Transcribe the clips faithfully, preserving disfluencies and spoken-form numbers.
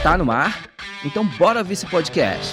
Tá no ar? Então bora ver esse podcast.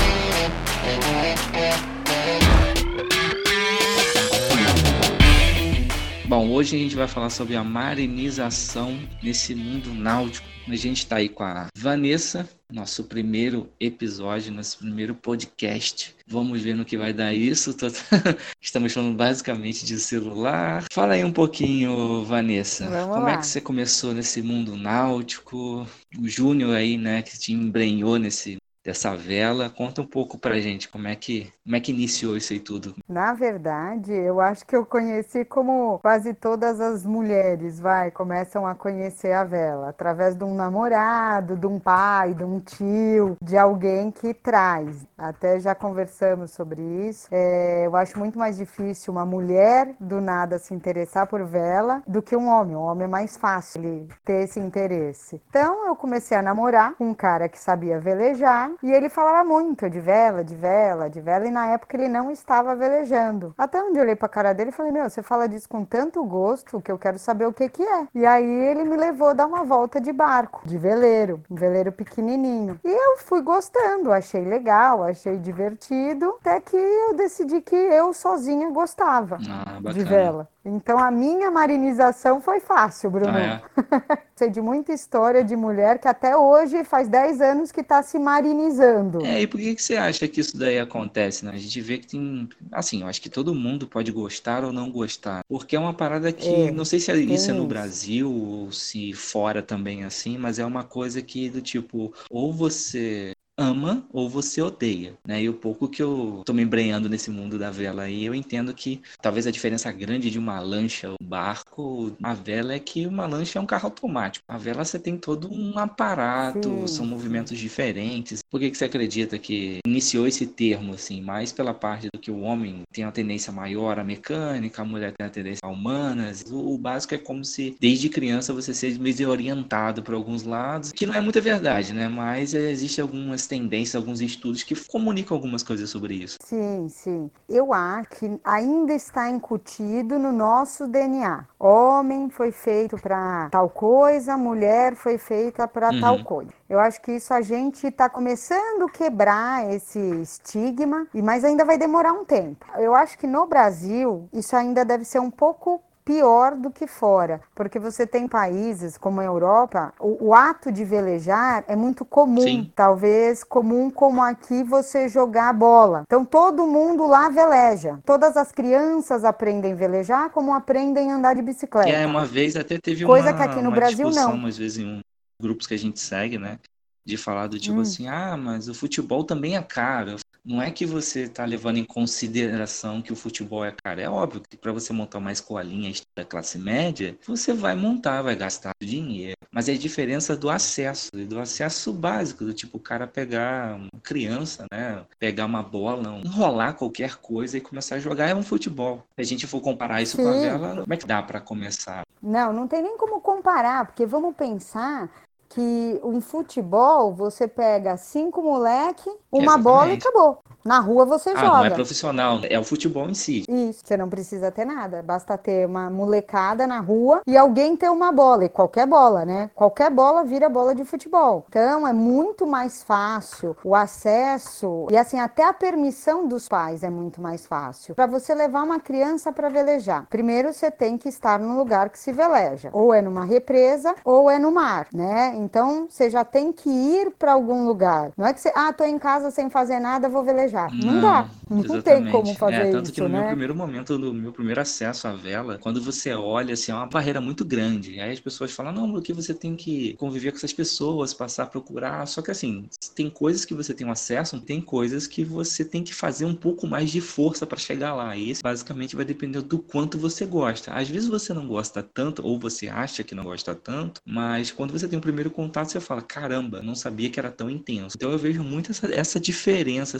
Bom, hoje a gente vai falar sobre a marinização nesse mundo náutico. A gente está aí com a Vanessa, nosso primeiro episódio, nosso primeiro podcast. Vamos ver no que vai dar isso. Estamos falando basicamente de celular. Fala aí um pouquinho, Vanessa. Vamos Como lá. é que você começou nesse mundo náutico? O Júnior aí, né, que te embrenhou nesse dessa vela. Conta um pouco pra gente como é que, como é que iniciou isso aí tudo. Na verdade, eu acho que eu conheci como quase todas as mulheres, vai, começam a conhecer a vela, através de um namorado, de um pai, de um tio, de alguém que traz. Até já conversamos sobre isso. É, eu acho muito mais difícil uma mulher do nada se interessar por vela do que um homem. Um homem é mais fácil ele ter esse interesse. Então eu comecei a namorar com um cara que sabia velejar e ele falava muito de vela, de vela, de vela, e na época ele não estava velejando. Até onde eu olhei pra cara dele e falei, meu, você fala disso com tanto gosto que eu quero saber o que que é. E aí ele me levou a dar uma volta de barco, de veleiro, um veleiro pequenininho. E eu fui gostando, achei legal, achei divertido, até que eu decidi que eu sozinha gostava Ah, de bacana. vela. Então a minha marinização foi fácil, Bruno. Ah, é? Sei de muita história de mulher que até hoje faz dez anos que está se marinizando. É, e por que que você acha que isso daí acontece, né? A gente vê que tem, assim, eu acho que todo mundo pode gostar ou não gostar, porque é uma parada que, É, não sei se é- isso é no tem isso. Brasil ou se fora também é assim, mas é uma coisa que do tipo, ou você ama ou você odeia, né? E o pouco que eu tô me embrenhando nesse mundo da vela aí, eu entendo que talvez a diferença grande de uma lancha ou barco, uma vela é que uma lancha é um carro automático. A vela você tem todo um aparato, são Sim, sim. movimentos diferentes. Por que que você acredita que iniciou esse termo, assim, mais pela parte do que o homem tem uma tendência maior à mecânica, a mulher tem a tendência a humanas? O, o básico é como se desde criança você seja meio orientado para alguns lados, que não é muita verdade, né? Mas é, existe algumas tendências, alguns estudos que comunicam algumas coisas sobre isso. Sim, sim. Eu acho que ainda está incutido no nosso D N A. Homem foi feito para tal coisa, mulher foi feita para tal Uhum. coisa. Eu acho que isso a gente está começando a quebrar esse estigma, e mas ainda vai demorar um tempo. Eu acho que no Brasil isso ainda deve ser um pouco pior do que fora, porque você tem países como a Europa, o, o ato de velejar é muito comum, Sim. talvez comum como aqui você jogar bola. Então todo mundo lá veleja. Todas as crianças aprendem a velejar como aprendem a andar de E aí, bicicleta. uma vez até teve Coisa que uma, aqui no uma Brasil discussão, não. às vezes, em um grupos que a gente segue, né? De falar do tipo Hum. assim, ah, mas o futebol também é caro. Não é que você está levando em consideração que o futebol é caro. É óbvio que para você montar uma escolinha da classe média, você vai montar, vai gastar dinheiro. Mas é a diferença do acesso, do acesso básico, do tipo o cara pegar uma criança, né? Pegar uma bola, enrolar qualquer coisa e começar a jogar é um futebol. Se a gente for comparar isso com a Sim. vela, como é que dá para começar? Não, não tem nem como comparar, porque vamos pensar que em futebol você pega cinco moleque, uma bola e Exatamente. acabou. Na rua você Ah, não é joga. profissional, é o futebol em si. Isso, você não precisa ter nada, basta ter uma molecada na rua e alguém ter uma bola, e qualquer bola, né? Qualquer bola vira bola de futebol. Então é muito mais fácil o acesso e assim até a permissão dos pais é muito mais fácil. Para você levar uma criança para velejar, primeiro você tem que estar num lugar que se veleja, ou é numa represa ou é no mar, né? Então você já tem que ir para algum lugar. Não é que você, ah, tô em casa sem fazer nada, vou velejar. Não dá. Não, Não tem como exatamente. É, fazer tanto que no isso, meu né? primeiro momento, no meu primeiro acesso à vela, quando você olha, assim, é uma barreira muito grande. Aí as pessoas falam, não, porque você tem que conviver com essas pessoas, passar a procurar. Só que assim, tem coisas que você tem um acesso, tem coisas que você tem que fazer um pouco mais de força para chegar lá. E isso basicamente vai depender do quanto você gosta. Às vezes você não gosta tanto, ou você acha que não gosta tanto, mas quando você tem o primeiro contato, você fala, caramba, não sabia que era tão intenso. Então eu vejo muito essa, essa diferença, assim, do tipo,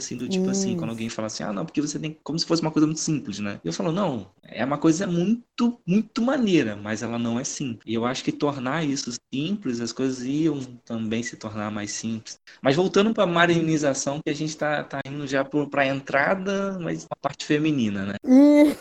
tipo assim, quando alguém fala assim, ah, não, porque você tem, como se fosse uma coisa muito simples, né? Eu falo, não, é uma coisa muito, muito maneira, mas ela não é simples. E eu acho que tornar isso simples, as coisas iam também se tornar mais simples. Mas voltando para a marinização, que a gente tá, tá indo já para a entrada, mas a parte feminina, né? E,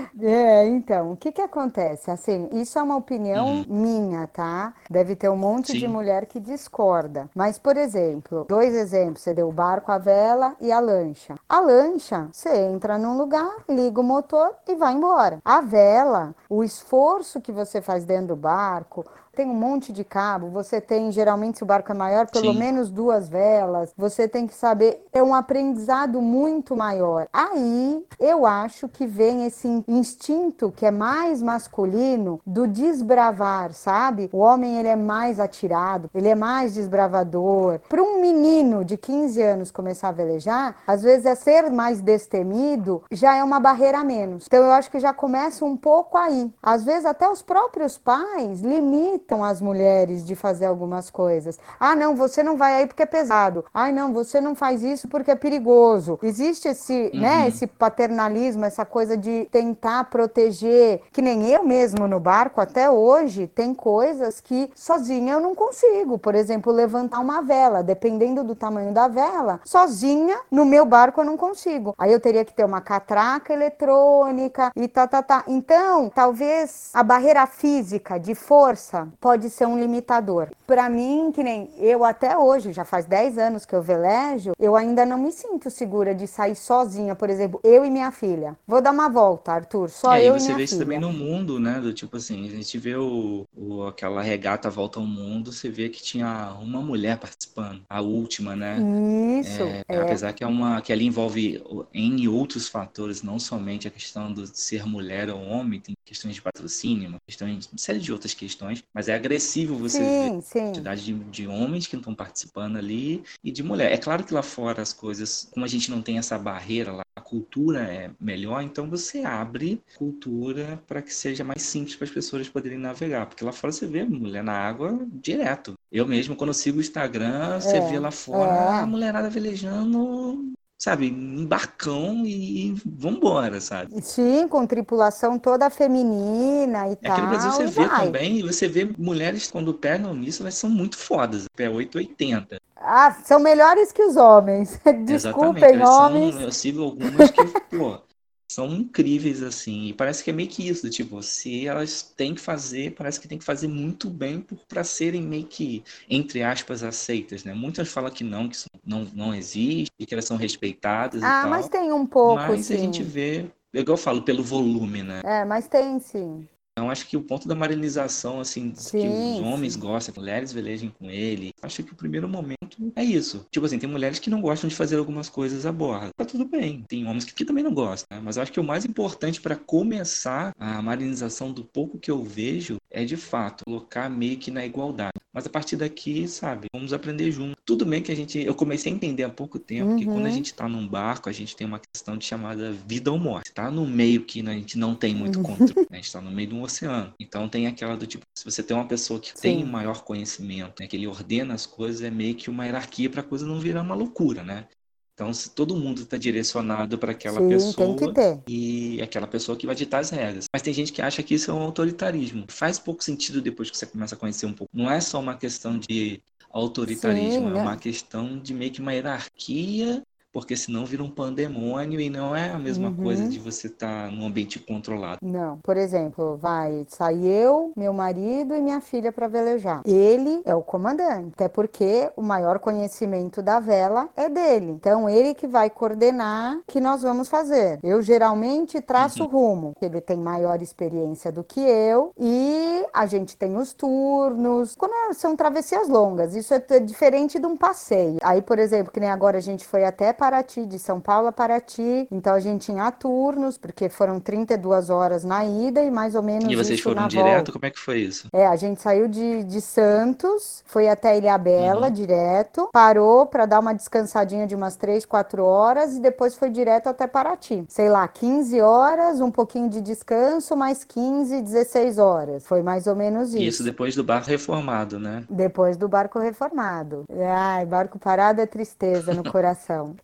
é, então, o que que acontece? Assim, isso é uma opinião Uhum. minha, tá? Deve ter um monte de Sim, mulher que discorda. Mas, por exemplo, dois exemplos, você deu o barco, a vela e a lancha. A lancha, você entra num lugar, liga o motor e vai embora. A vela, o esforço que você faz dentro do barco, tem um monte de cabo, você tem, geralmente, se o barco é maior, pelo sim. menos duas velas, você tem que saber, é um aprendizado muito maior. Aí, eu acho que vem esse instinto que é mais masculino do desbravar, sabe? O homem, ele é mais atirado, ele é mais desbravador. Para um menino de quinze anos começar a velejar, às vezes é ser mais destemido, já é uma barreira a menos. Então, eu acho que já começa um pouco aí. Às vezes, até os próprios pais limitam as mulheres de fazer algumas coisas. Ah, não, você não vai aí porque é pesado. Ah, não, você não faz isso porque é perigoso. Existe esse, né, Uhum. esse paternalismo, essa coisa de tentar proteger, que nem eu mesmo no barco até hoje, tem coisas que sozinha eu não consigo. Por exemplo, levantar uma vela, dependendo do tamanho da vela, sozinha no meu barco eu não consigo. Aí eu teria que ter uma catraca eletrônica e tá, tá, tá. Então, talvez a barreira física de força pode ser um limitador. Para mim, que nem eu até hoje, já faz dez anos que eu velejo, eu ainda não me sinto segura de sair sozinha, por exemplo, eu e minha filha. Vou dar uma volta, Arthur, E só aí eu e você minha vê isso também filha. no mundo, né? Do tipo assim, a gente vê o, o- aquela regata Volta ao Mundo, você vê que tinha uma mulher participando, a última, né? Isso, É, é. apesar que é uma que ali envolve N outros fatores, não somente a questão do ser mulher ou homem, tem questões de patrocínio, uma questão de uma série de outras questões, mas é agressivo você ver Sim, a sim. quantidade de, de homens que não estão participando ali e de mulher. É claro que lá fora as coisas, como a gente não tem essa barreira lá, a cultura é melhor, então você abre cultura para que seja mais simples para as pessoas poderem navegar, porque lá fora você vê mulher na água direto. Eu mesmo, quando eu sigo o Instagram, você vê lá É, fora a é. mulherada velejando, sabe, em barcão e vambora, sabe? Sim, com tripulação toda feminina e Aqui no Brasil tal, você e vê vai. também, e você vê mulheres quando pegam nisso, elas são muito fodas, pé oito oitenta. Ah, são melhores que os homens. Exatamente, Desculpem, elas são, homens. eu sigo algumas que, pô, são incríveis assim, e parece que é meio que isso, do tipo, se elas têm que fazer, parece que tem que fazer muito bem para serem meio que, entre aspas, aceitas, né? Muitas falam que não, que isso não, não existe, que elas são respeitadas e Ah, mas tal, tem um pouco, mas a gente sim. vê, igual eu falo, pelo volume, né? É, mas tem, sim. Então, acho que o ponto da marinização, assim, que os Sim, homens sim. gostam, que mulheres velejem com ele, acho que o primeiro momento é isso. Tipo assim, tem mulheres que não gostam de fazer algumas coisas a bordo. Tá tudo bem. Tem homens que, que também não gostam, né? Mas eu acho que o mais importante para começar a marinização do pouco que eu vejo é, de fato, colocar meio que na igualdade. Mas a partir daqui, sabe, vamos aprender junto. Tudo bem que a gente, eu comecei a entender há pouco tempo que quando a Uhum. gente está num barco, a gente tem uma questão de chamada vida ou morte. Tá no meio que a gente não tem muito controle, né? A gente está no meio de um oceano. Então tem aquela do tipo, se você tem uma pessoa que tem um Sim, maior conhecimento, né, que ele ordena as coisas, é meio que uma hierarquia para a coisa não virar uma loucura, né? Então, se todo mundo está direcionado para aquela sim, tem que pessoa ter. e aquela pessoa que vai ditar as regras. Mas tem gente que acha que isso é um autoritarismo. Faz pouco sentido depois que você começa a conhecer um pouco. Não é só uma questão de autoritarismo, Sim, é né? uma questão de meio que uma hierarquia, porque senão vira um pandemônio e não é a mesma coisa de Uhum. você estar num ambiente controlado. Não. Por exemplo, vai sair eu, meu marido e minha filha para velejar. Ele é o comandante, até porque o maior conhecimento da vela é dele. Então, ele que vai coordenar o que nós vamos fazer. Eu geralmente traço Uhum. o rumo. Ele tem maior experiência do que eu e a gente tem os turnos. Quando é- são travessias longas, isso é t- diferente de um passeio. Aí, por exemplo, que nem agora a gente foi até Paraty, de São Paulo a Paraty. Então, a gente tinha turnos, porque foram trinta e duas horas na ida e mais ou E menos vocês isso foram na direto? volta. Como é que foi isso? É, a gente saiu de, de Santos, foi até Ilhabela Uhum. direto, parou para dar uma descansadinha de umas três, quatro horas e depois foi direto até Paraty. Sei lá, quinze horas, um pouquinho de descanso, mais quinze, dezesseis horas. Foi mais ou menos E isso isso. depois do barco reformado, né? Depois do barco reformado. Ai, barco parado é tristeza no coração.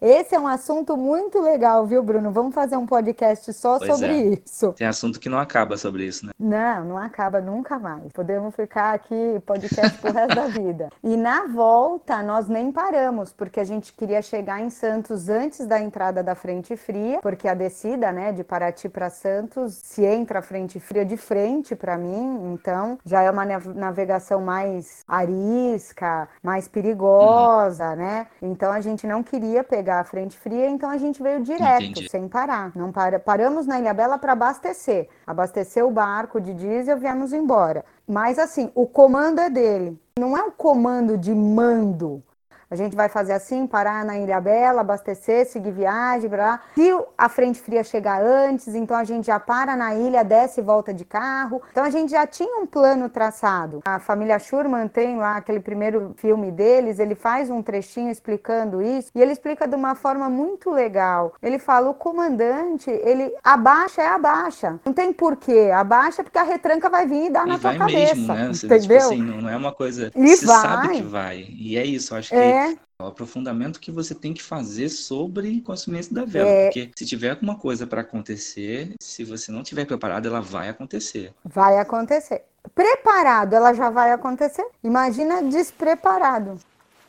Esse é um assunto muito legal, viu, Bruno? Vamos fazer um podcast só Pois sobre é. isso. Tem assunto que não acaba sobre isso, né? Não, não acaba nunca mais. Podemos ficar aqui podcast pro resto da vida. E na volta, nós nem paramos, porque a gente queria chegar em Santos antes da entrada da frente fria, porque a descida, né, de Paraty para Santos, se entra a frente fria de frente para mim, então já é uma navegação mais arisca, mais perigosa, uhum. né? Então a gente não queria pegar a frente fria, então a gente veio direto, Entendi. sem parar. Não para... Paramos na Ilhabela para abastecer. Abastecer o barco de diesel, viemos embora. Mas assim, o comando é dele. Não é um comando de mando. A gente vai fazer assim, parar na Ilhabela, abastecer, seguir viagem, blá. Se a frente fria chegar antes, então a gente já para na ilha, desce e volta de carro. Então a gente já tinha um plano traçado. A família Schurman tem lá aquele primeiro filme deles, ele faz um trechinho explicando isso, e ele explica de uma forma muito legal. Ele fala, o comandante, ele abaixa é abaixa. Não tem porquê, abaixa porque a retranca vai vir e dar e na tua cabeça. Mesmo, né? Entendeu? Tipo assim, não é uma coisa... E você vai. sabe que vai. E é isso, eu acho que é. o aprofundamento que você tem que fazer sobre o consumidor da vela, É. porque se tiver alguma coisa para acontecer, se você não estiver preparado, ela vai acontecer. Vai acontecer. Preparado, ela já vai acontecer. Imagina despreparado.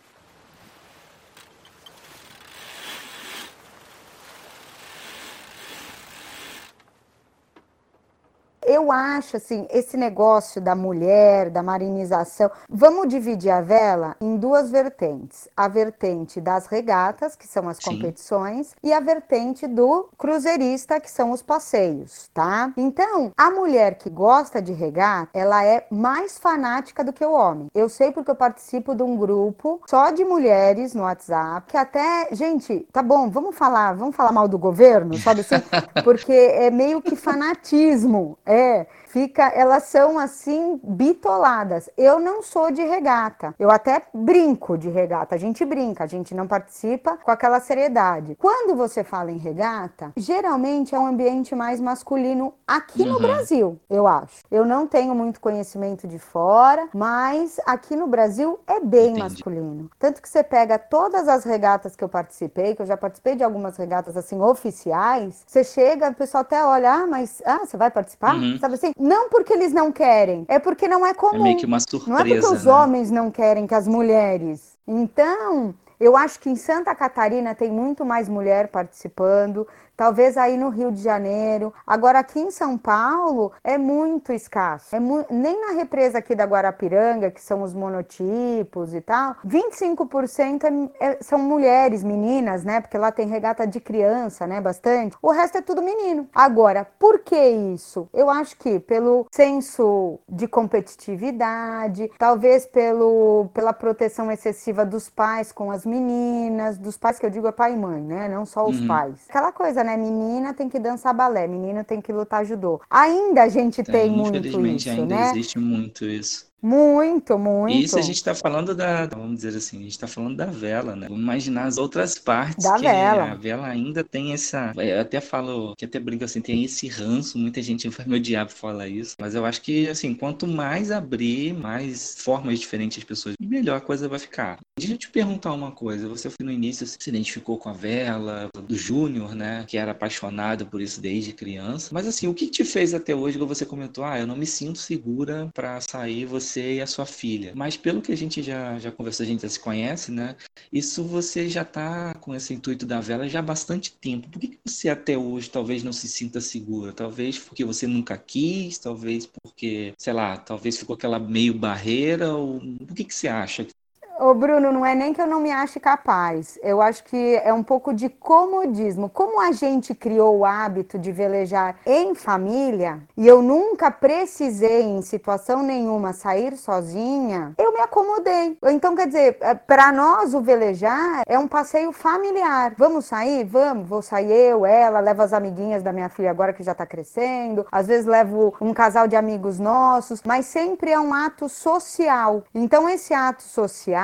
Eu acho, assim, esse negócio da mulher, da marinização... Vamos dividir a vela em duas vertentes. A vertente das regatas, que são as Sim. competições, e a vertente do cruzeirista, que são os passeios, tá? Então, a mulher que gosta de regata, ela é mais fanática do que o homem. Eu sei porque eu participo de um grupo só de mulheres no WhatsApp, que até... Gente, tá bom, vamos falar, vamos falar mal do governo, sabe assim? Porque é meio que fanatismo, é. É, fica, elas são assim bitoladas. Eu não sou de regata. Eu até brinco de regata. A gente brinca, a gente não participa com aquela seriedade. Quando você fala em regata, geralmente é um ambiente mais masculino aqui uhum. no Brasil, eu acho. Eu não tenho muito conhecimento de fora, mas aqui no Brasil é bem Entendi. masculino. Tanto que você pega todas as regatas que eu participei, que eu já participei de algumas regatas assim oficiais, você chega, o pessoal até olha, ah, mas ah, você vai participar? Uhum. Sabe assim? Não porque eles não querem, é porque não é comum. É meio que uma surpresa, não é porque os né? homens não querem que as mulheres. Então, eu acho que em Santa Catarina tem muito mais mulher participando. Talvez aí no Rio de Janeiro. Agora aqui em São Paulo é muito escasso. É mu- Nem na represa aqui da Guarapiranga, que são os monotipos e tal, vinte e cinco por cento é, é, são mulheres, meninas, né? Porque lá tem regata de criança, né? Bastante. O resto é tudo menino. Agora, por que isso? Eu acho que pelo senso de competitividade, talvez pelo, pela proteção excessiva dos pais com as meninas, dos pais que eu digo é pai e mãe, né? Não só os uhum. pais. Aquela coisa, né? Menina tem que dançar balé, menino tem que lutar judô. Ainda a gente tem, tem muito isso, infelizmente ainda né? existe muito isso. Muito, muito. E isso a gente está falando da, vamos dizer assim, a gente está falando da vela, né? Vamos imaginar as outras partes da que vela. a vela ainda tem essa... Eu até falo, que até brinco assim, tem esse ranço, muita gente vai me odiar por falar isso, mas eu acho que, assim, quanto mais abrir, mais formas diferentes as pessoas, melhor a coisa vai ficar. Deixa eu te perguntar uma coisa, você foi no início, você se identificou com a vela, do Júnior, né? Que era apaixonado por isso desde criança, mas assim, o que te fez até hoje, como você comentou, ah, eu não me sinto segura para sair, você você e a sua filha. Mas pelo que a gente já, já conversou, a gente já se conhece, né? Isso você já está com esse intuito da vela já há bastante tempo. Por que, que você até hoje talvez não se sinta segura? Talvez porque você nunca quis, talvez porque, sei lá, talvez ficou aquela meio barreira, ou o que, que você acha? Ô Bruno, não é nem que eu não me ache capaz, eu acho que é um pouco de comodismo. Como a gente criou o hábito de velejar em família, e eu nunca precisei em situação nenhuma sair sozinha, eu me acomodei. Então, quer dizer, para nós o velejar é um passeio familiar. Vamos sair? Vamos. Vou sair eu, ela, levo as amiguinhas da minha filha agora que já está crescendo, às vezes levo um casal de amigos nossos, mas sempre é um ato social. Então, esse ato social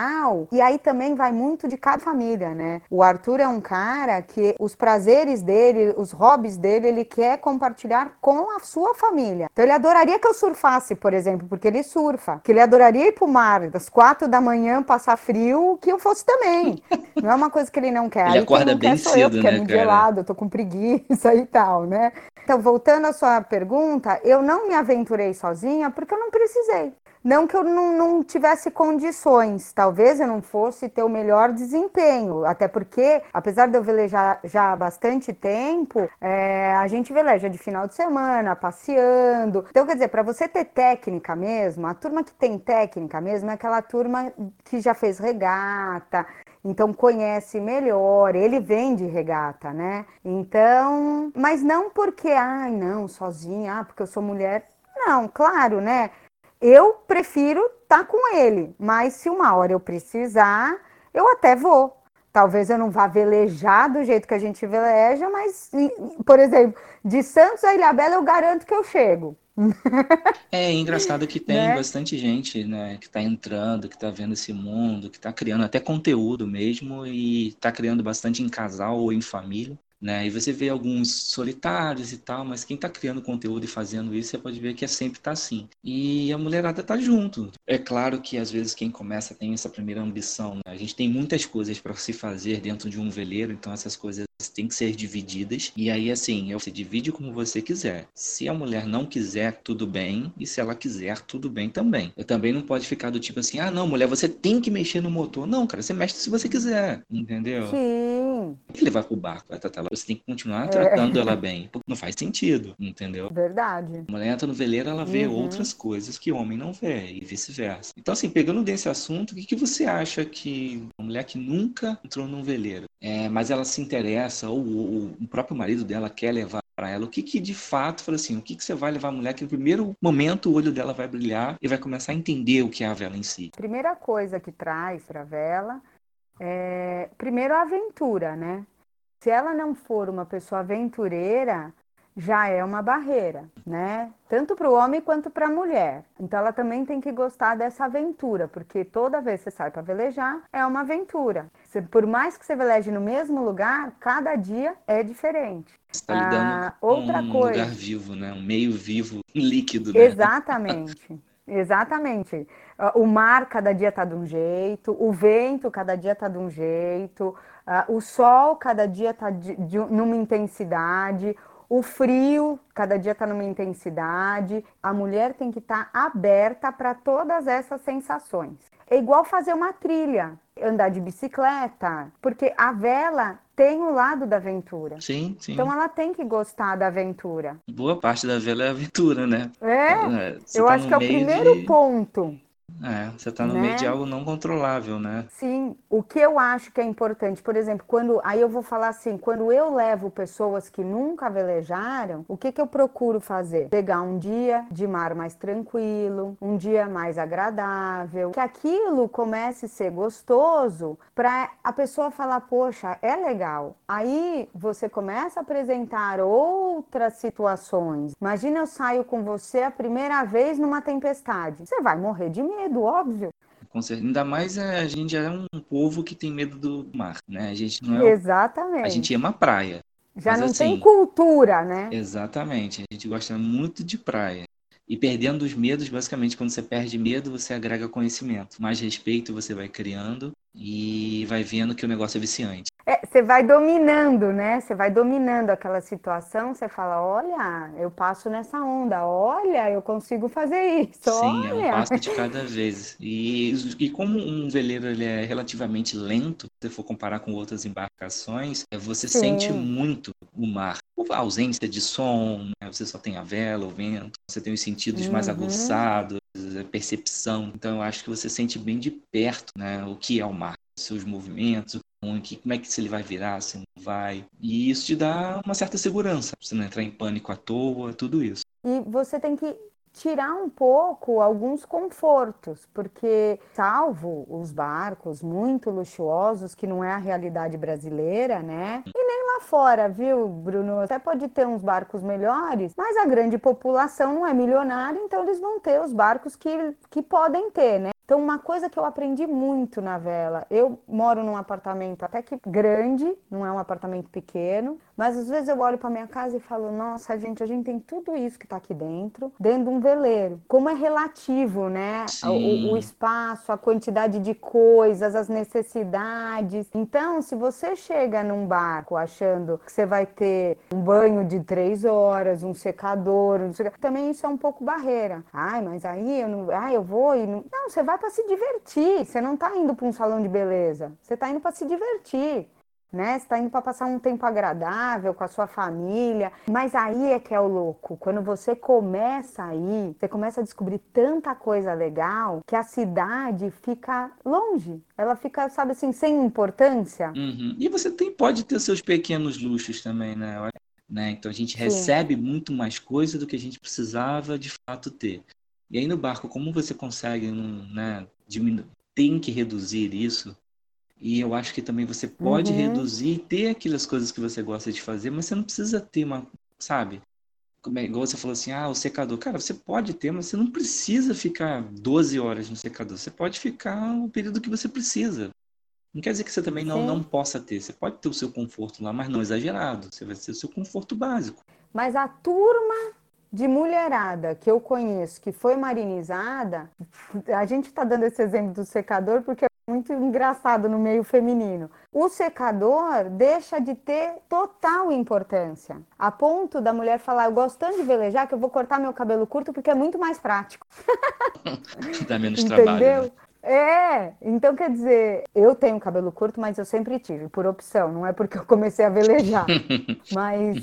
legal, e aí também vai muito de cada família, né? O Arthur é um cara que os prazeres dele, os hobbies dele, ele quer compartilhar com a sua família. Então ele adoraria que eu surfasse, por exemplo, porque ele surfa, que ele adoraria ir pro mar das quatro da manhã, passar frio, que eu fosse também. Não é uma coisa que ele não quer. Ele Aí quem acorda não bem quer sou eu, cedo, porque é né, muito cara? gelado, eu tô com preguiça e tal, né? Então, voltando à sua pergunta, eu não me aventurei sozinha porque eu não precisei. Não que eu não, não tivesse condições, talvez eu não fosse ter o melhor desempenho, até porque, apesar de eu velejar já há bastante tempo, é, a gente veleja de final de semana, passeando. Então, quer dizer, para você ter técnica mesmo, a turma que tem técnica mesmo é aquela turma que já fez regata, então conhece melhor, ele vem de regata, né? Então, mas não porque, ai, não, sozinha, ah, porque eu sou mulher. Não, claro, né? Eu prefiro estar com ele, mas se uma hora eu precisar, eu até vou. Talvez eu não vá velejar do jeito que a gente veleja, mas, por exemplo, de Santos a Ilhabela eu garanto que eu chego. É engraçado que tem Né? bastante gente, né, que está entrando, que está vendo esse mundo, que está criando até conteúdo mesmo e está criando bastante em casal ou em família, né? E você vê alguns solitários e tal, mas quem está criando conteúdo e fazendo isso, você pode ver que é sempre tá assim. E a mulherada tá junto. É claro que às vezes quem começa tem essa primeira ambição, né? A gente tem muitas coisas para se fazer dentro de um veleiro, então essas coisas têm que ser divididas. E aí, assim, você divide como você quiser. Se a mulher não quiser, tudo bem. E se ela quiser, tudo bem também. Eu também não pode ficar do tipo assim, ah, não, mulher, você tem que mexer no motor. Não, cara, você mexe se você quiser, entendeu? Sim, Tem que levar pro barco, vai tratar ela. Você tem que continuar é tratando ela bem. Porque não faz sentido, entendeu? verdade. A mulher entra no veleiro, ela vê Uhum. outras coisas que o homem não vê, e vice-versa. Então, assim, pegando desse assunto, o que, que você acha que uma mulher que nunca entrou num veleiro, é, mas ela se interessa, ou, ou o próprio marido dela quer levar para ela, o que que de fato, fala assim, o que que você vai levar a mulher que no primeiro momento o olho dela vai brilhar e vai começar a entender o que é a vela em si? Primeira coisa que traz para a vela é, primeiro, a aventura, né? Se ela não for uma pessoa aventureira, já é uma barreira, né? Tanto para o homem quanto para a mulher. Então ela também tem que gostar dessa aventura, porque toda vez que você sai para velejar, é uma aventura. Você, por mais que você veleje no mesmo lugar, cada dia é diferente. Você está lidando Ah, com outra um lugar coisa, vivo, né? Um meio vivo, líquido, né? exatamente, exatamente. Ah, o mar cada dia está de um jeito, o vento cada dia está de um jeito, ah, o sol cada dia está de, de, numa intensidade, o frio cada dia está numa intensidade. A mulher tem que estar tá aberta para todas essas sensações. É igual fazer uma trilha, andar de bicicleta, porque a vela tem o lado da aventura. Sim, Então sim. ela tem que gostar da aventura. Boa parte da vela é aventura, né? É, É, você eu tá acho no que é o meio primeiro de. ponto, É, você tá no meio de né? algo não controlável, né? Sim, o que eu acho que é importante, por exemplo, quando, aí eu vou falar assim, quando eu levo pessoas que nunca velejaram, o que que eu procuro fazer? Pegar um dia de mar mais tranquilo, um dia mais agradável, que aquilo comece a ser gostoso para a pessoa falar, poxa, é legal. Aí você começa a apresentar outras situações. Imagina eu saio com você a primeira vez numa tempestade. Você vai morrer de medo, óbvio. Com certeza. Ainda mais é, a gente é um povo que tem medo do mar, né? A gente não é o... A gente Exatamente. ama a praia. Já Mas não tem assim, cultura, né? exatamente, a gente gosta muito de praia. E perdendo os medos, basicamente, quando você perde medo, você agrega conhecimento. Mais respeito você vai criando e vai vendo que o negócio é viciante. É, você vai dominando, né? Você vai dominando aquela situação, você fala, olha, eu passo nessa onda, olha, eu consigo fazer isso, Sim, é um olha. passo de cada vez. E, e como um veleiro ele é relativamente lento, se você for comparar com outras embarcações, é, você sente Sim. muito o mar. A ausência de som, né? Você só tem a vela, o vento, você tem os sentidos mais Uhum. aguçados, a percepção. Então eu acho que você sente bem de perto, né, o que é o mar, os seus movimentos, como é que se ele vai virar, se não vai. E isso te dá uma certa segurança, pra você não entrar em pânico à toa, tudo isso. E você tem que tirar um pouco alguns confortos, porque salvo os barcos muito luxuosos, que não é a realidade brasileira, né? E nem lá fora, viu, Bruno? Até pode ter uns barcos melhores, mas a grande população não é milionária, então eles vão ter os barcos que, que podem ter, né? Então, uma coisa que eu aprendi muito na vela, eu moro num apartamento até que grande, não é um apartamento pequeno, mas às vezes eu olho para minha casa e falo, nossa, gente, a gente tem tudo isso que está aqui dentro, dentro de um veleiro. Como é relativo, né? O, o espaço, a quantidade de coisas, as necessidades. Então, se você chega num barco achando que você vai ter um banho de três horas, um secador, um secador, também isso é um pouco barreira. Ai, mas aí eu não, ai, eu vou e não, não, você vai para se divertir. Você não está indo para um salão de beleza. Você está indo para se divertir. Né? Você está indo para passar um tempo agradável com a sua família, mas aí é que é o louco, quando você começa a ir, você começa a descobrir tanta coisa legal que a cidade fica longe, ela fica, sabe assim, sem importância. Uhum. E você tem, pode ter seus pequenos luxos também, né? né? Então a gente Sim. recebe muito mais coisa do que a gente precisava de fato ter. E aí no barco, como você consegue, né, diminuir, tem que reduzir isso. E eu acho que também você pode Uhum. reduzir e ter aquelas coisas que você gosta de fazer, mas você não precisa ter uma, sabe? Como é, igual você falou assim, ah, o secador. Cara, você pode ter, mas você não precisa ficar doze horas no secador. Você pode ficar o período que você precisa. Não quer dizer que você também não, não possa ter. Você pode ter o seu conforto lá, mas não exagerado. Você vai ter o seu conforto básico. Mas a turma de mulherada que eu conheço, que foi marinizada, a gente está dando esse exemplo do secador porque é muito engraçado no meio feminino. O secador deixa de ter total importância, a ponto da mulher falar, eu gosto tanto de velejar que eu vou cortar meu cabelo curto porque é muito mais prático. Dá menos Entendeu? trabalho, né? É, então quer dizer, eu tenho cabelo curto, mas eu sempre tive, por opção, não é porque eu comecei a velejar. Mas...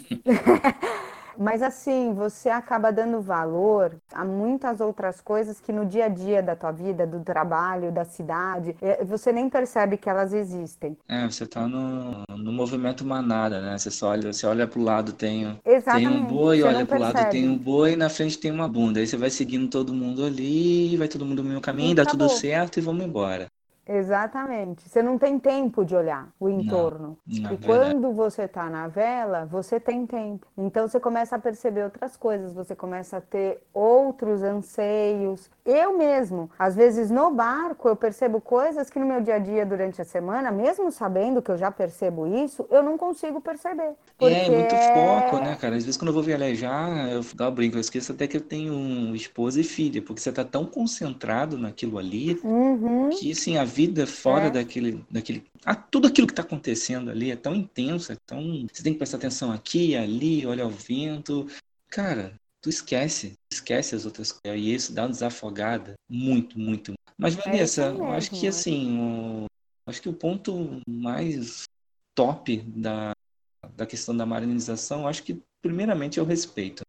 Mas assim, você acaba dando valor a muitas outras coisas que no dia a dia da tua vida, do trabalho, da cidade, você nem percebe que elas existem. É, você tá no, no movimento manada, né? Você só olha, você olha pro lado, tem, tem um Exatamente, boi, você olha não pro lado, tem um percebe. boi, e na frente tem uma bunda. Aí você vai seguindo todo mundo ali, vai todo mundo no mesmo E caminho, dá tudo acabou. certo e vamos embora. Exatamente. Você não tem tempo de olhar o Não, entorno. não, E verdade. quando você está na vela, você tem tempo. Então você começa a perceber outras coisas, você começa a ter outros anseios. Eu mesmo, às vezes no barco, eu percebo coisas que no meu dia a dia durante a semana, mesmo sabendo que eu já percebo isso, eu não consigo perceber. É, Porque muito foco, né, é... cara? Às vezes quando eu vou velejar, eu dá um brinco, eu esqueço até que eu tenho um esposa e filha, porque você tá tão concentrado naquilo ali, Uhum, que assim, a vida fora é, daquele, daquele, ah, tudo aquilo que está acontecendo ali é tão intenso, é tão, você tem que prestar atenção aqui, ali, olha o vento, cara, tu esquece, esquece as outras coisas e isso dá uma desafogada, muito, muito. Mas é isso Vanessa, eu acho que mesmo. assim, o, acho que o ponto mais top da, da questão da marinização, eu acho que primeiramente é o respeito.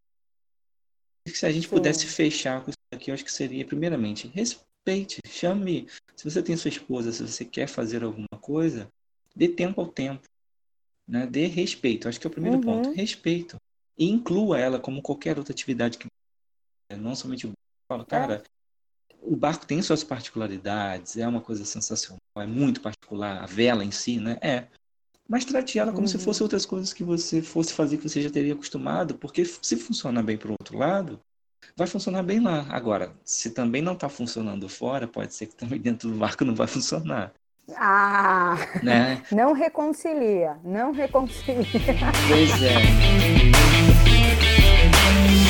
Se a gente pudesse Sim. fechar com isso aqui, eu acho que seria, primeiramente, respeite, chame. Se você tem sua esposa, se você quer fazer alguma coisa, dê tempo ao tempo, né? Dê respeito. Acho que é o primeiro ponto. Uhum, Respeito. E inclua ela como qualquer outra atividade que não somente o barco. Fala, é. cara, o barco tem suas particularidades, é uma coisa sensacional, é muito particular, a vela em si, né? É. Mas trate ela como se fosse Uhum. outras coisas que você fosse fazer que você já teria acostumado, porque se funcionar bem para o outro lado, vai funcionar bem lá. Agora, se também não está funcionando fora, pode ser que também dentro do barco não vai funcionar, Ah, né? não reconcilia, não reconcilia. Pois é.